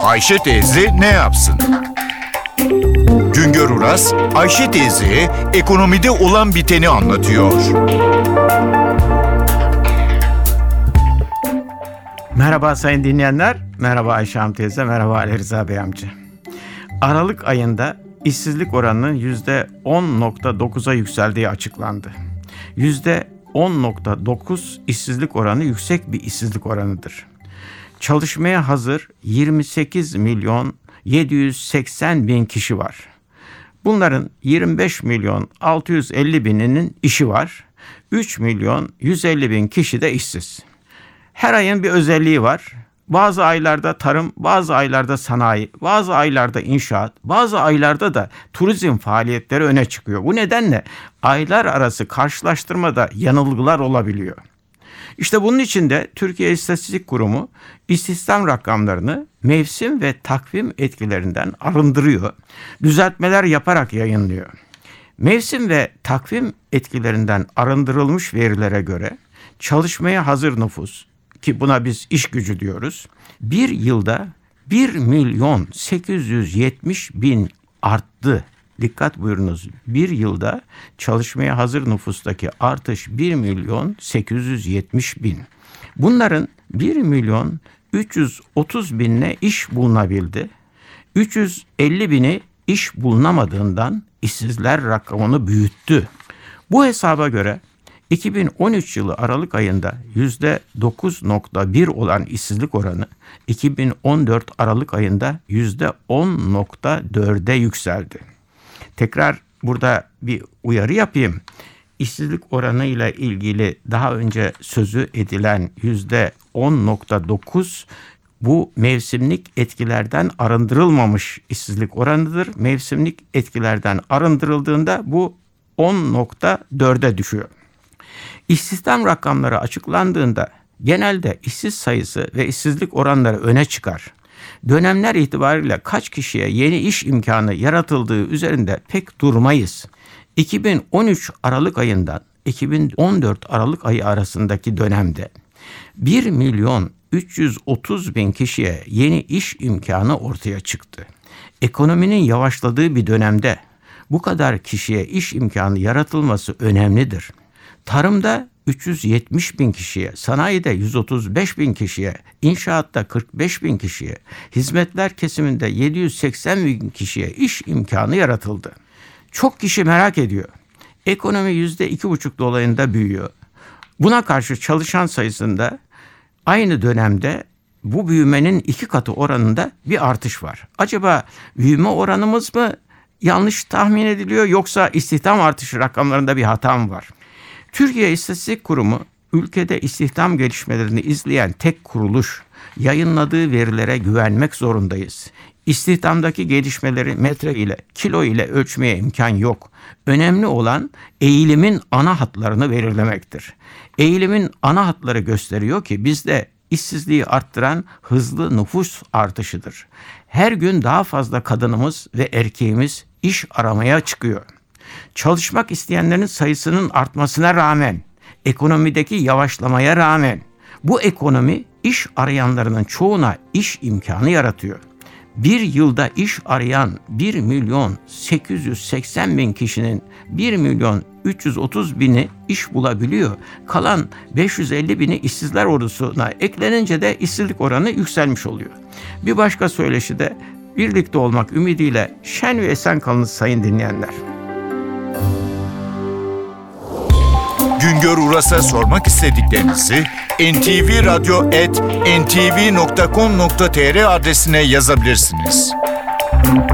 Ayşe teyze ne yapsın? Güngör Uras, Ayşe teyzeye ekonomide olan biteni anlatıyor. Merhaba sayın dinleyenler, merhaba Ayşe Hanım teyze, merhaba Ali Rıza Bey amca. Aralık ayında işsizlik oranının %10.9'a yükseldiği açıklandı. %10.9 işsizlik oranı yüksek bir işsizlik oranıdır. Çalışmaya hazır 28 milyon 780 bin kişi var. Bunların 25 milyon 650 bininin işi var. 3 milyon 150 bin kişi de işsiz. Her ayın bir özelliği var. Bazı aylarda tarım, bazı aylarda sanayi, bazı aylarda inşaat, bazı aylarda da turizm faaliyetleri öne çıkıyor. Bu nedenle aylar arası karşılaştırmada yanılgılar olabiliyor. İşte bunun için de Türkiye İstatistik Kurumu istihdam rakamlarını mevsim ve takvim etkilerinden arındırıyor. Düzeltmeler yaparak yayınlıyor. Mevsim ve takvim etkilerinden arındırılmış verilere göre çalışmaya hazır nüfus, ki buna biz iş gücü diyoruz, bir yılda 1 milyon 870 bin arttı. Dikkat buyurunuz, bir yılda çalışmaya hazır nüfustaki artış 1 milyon 870 bin. Bunların 1 milyon 330 binine iş bulunabildi. 350 bini iş bulunamadığından işsizler rakamını büyüttü. Bu hesaba göre 2013 yılı Aralık ayında %9.1 olan işsizlik oranı 2014 Aralık ayında %10.4'e yükseldi. Tekrar burada bir uyarı yapayım. İşsizlik oranı ile ilgili daha önce sözü edilen %10.9 bu mevsimlik etkilerden arındırılmamış işsizlik oranıdır. Mevsimlik etkilerden arındırıldığında bu 10.4'e düşüyor. İstihdam rakamları açıklandığında genelde işsiz sayısı ve işsizlik oranları öne çıkar. Dönemler itibariyle kaç kişiye yeni iş imkanı yaratıldığı üzerinde pek durmayız. 2013 Aralık ayından 2014 Aralık ayı arasındaki dönemde 1 milyon 330 bin kişiye yeni iş imkanı ortaya çıktı. Ekonominin yavaşladığı bir dönemde bu kadar kişiye iş imkanı yaratılması önemlidir. Tarımda 370 bin kişiye, sanayide 135 bin kişiye, inşaatta 45 bin kişiye, hizmetler kesiminde 780 bin kişiye iş imkanı yaratıldı. Çok kişi merak ediyor. Ekonomi %2,5 dolayında büyüyor. Buna karşı çalışan sayısında aynı dönemde bu büyümenin 2 katı oranında bir artış var. Acaba büyüme oranımız mı yanlış tahmin ediliyor, yoksa istihdam artışı rakamlarında bir hata mı var? Türkiye İstatistik Kurumu ülkede istihdam gelişmelerini izleyen tek kuruluş. Yayınladığı verilere güvenmek zorundayız. İstihdamdaki gelişmeleri metre ile, kilo ile ölçmeye imkan yok. Önemli olan eğilimin ana hatlarını belirlemektir. Eğilimin ana hatları gösteriyor ki bizde işsizliği arttıran hızlı nüfus artışıdır. Her gün daha fazla kadınımız ve erkeğimiz iş aramaya çıkıyor. Çalışmak isteyenlerin sayısının artmasına rağmen, ekonomideki yavaşlamaya rağmen bu ekonomi iş arayanlarının çoğuna iş imkanı yaratıyor. Bir yılda iş arayan 1 milyon 880 bin kişinin 1 milyon 330 bini iş bulabiliyor. Kalan 550 bini işsizler ordusuna eklenince de işsizlik oranı yükselmiş oluyor. Bir başka söyleşi de birlikte olmak ümidiyle şen ve esen kalınız sayın dinleyenler. Güngör Uras'a sormak istediklerinizi ntvradyo@ntv.com.tr adresine yazabilirsiniz.